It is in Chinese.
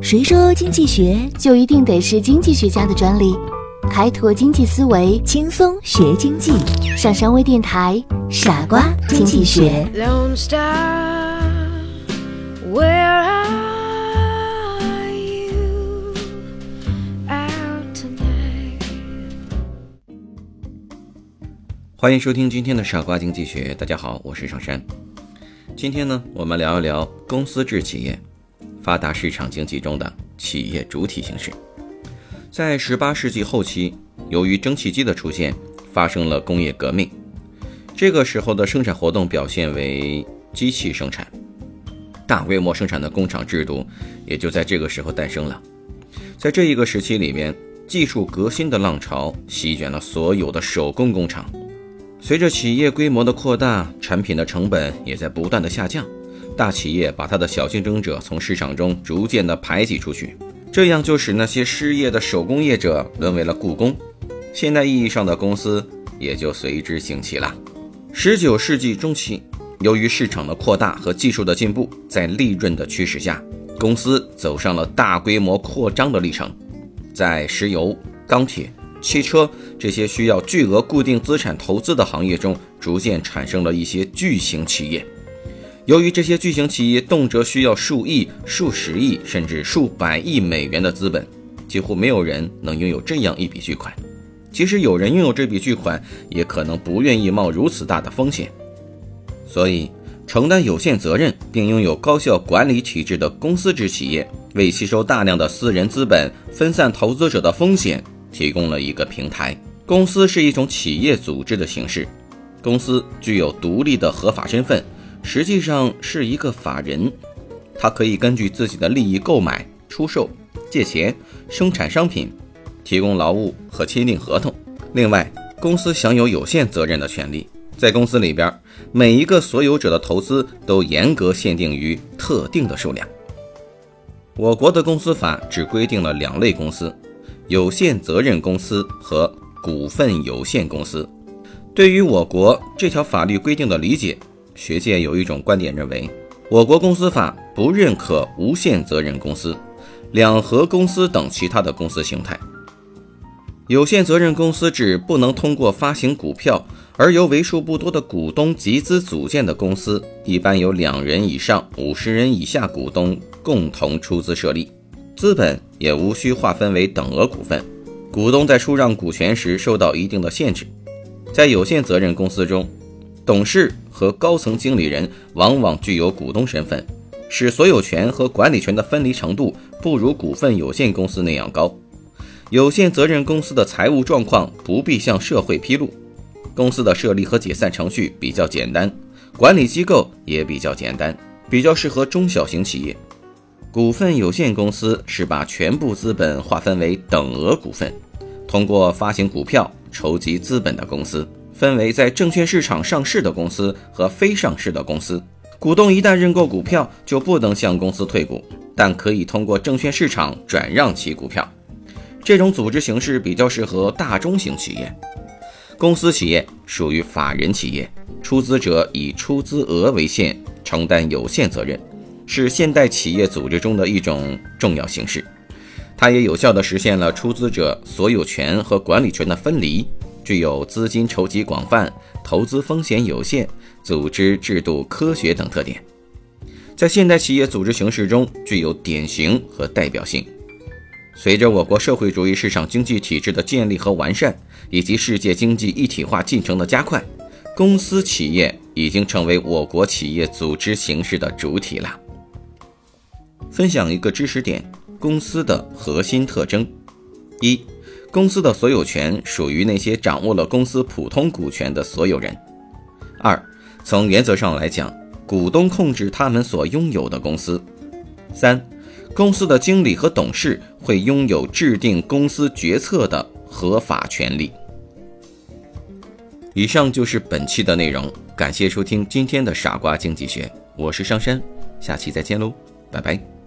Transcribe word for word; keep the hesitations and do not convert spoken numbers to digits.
谁说经济学就一定得是经济学家的专利？开拓经济思维，轻松学经济。上山微电台，傻瓜经济学。 Lone Star, where are you out tonight? 欢迎收听今天的傻瓜经济学。大家好，我是上山。今天呢，我们聊一聊公司制企业，发达市场经济中的企业主体形式。在十八世纪后期，由于蒸汽机的出现，发生了工业革命。这个时候的生产活动表现为机器生产，大规模生产的工厂制度也就在这个时候诞生了。在这一个时期里面，技术革新的浪潮席卷了所有的手工工厂。随着企业规模的扩大，产品的成本也在不断的下降，大企业把它的小竞争者从市场中逐渐的排挤出去，这样就使那些失业的手工业者沦为了雇工，现代意义上的公司也就随之兴起了。十九世纪中期，由于市场的扩大和技术的进步，在利润的驱使下，公司走上了大规模扩张的历程。在石油、钢铁、汽车这些需要巨额固定资产投资的行业中，逐渐产生了一些巨型企业。由于这些巨型企业动辄需要数亿、数十亿甚至数百亿美元的资本，几乎没有人能拥有这样一笔巨款。即使有人拥有这笔巨款，也可能不愿意冒如此大的风险。所以，承担有限责任并拥有高效管理体制的公司制企业，为吸收大量的私人资本、分散投资者的风险提供了一个平台。公司是一种企业组织的形式，公司具有独立的合法身份，实际上是一个法人，它可以根据自己的利益购买、出售、借钱、生产商品、提供劳务和签订合同。另外，公司享有有限责任的权利。在公司里边，每一个所有者的投资都严格限定于特定的数量。我国的公司法只规定了两类公司：有限责任公司和股份有限公司。对于我国这条法律规定的理解，学界有一种观点认为，我国公司法不认可无限责任公司、两合公司等其他的公司形态。有限责任公司指不能通过发行股票而由为数不多的股东集资组建的公司，一般由两人以上五十人以下股东共同出资设立，资本也无需划分为等额股份，股东在出让股权时受到一定的限制。在有限责任公司中，董事和高层经理人往往具有股东身份，使所有权和管理权的分离程度不如股份有限公司那样高。有限责任公司的财务状况不必向社会披露，公司的设立和解散程序比较简单，管理机构也比较简单，比较适合中小型企业。股份有限公司是把全部资本划分为等额股份，通过发行股票筹集资本的公司，分为在证券市场上市的公司和非上市的公司。股东一旦认购股票，就不能向公司退股，但可以通过证券市场转让其股票。这种组织形式比较适合大中型企业。公司企业属于法人企业，出资者以出资额为限，承担有限责任，是现代企业组织中的一种重要形式。它也有效地实现了出资者所有权和管理权的分离，具有资金筹集广泛、投资风险有限、组织制度科学等特点。在现代企业组织形式中具有典型和代表性。随着我国社会主义市场经济体制的建立和完善，以及世界经济一体化进程的加快，公司企业已经成为我国企业组织形式的主体了。分享一个知识点：公司的核心特征。一、公司的所有权属于那些掌握了公司普通股权的所有人。二、从原则上来讲，股东控制他们所拥有的公司。三、公司的经理和董事会拥有制定公司决策的合法权利。以上就是本期的内容，感谢收听今天的傻瓜经济学，我是上山，下期再见喽，拜拜。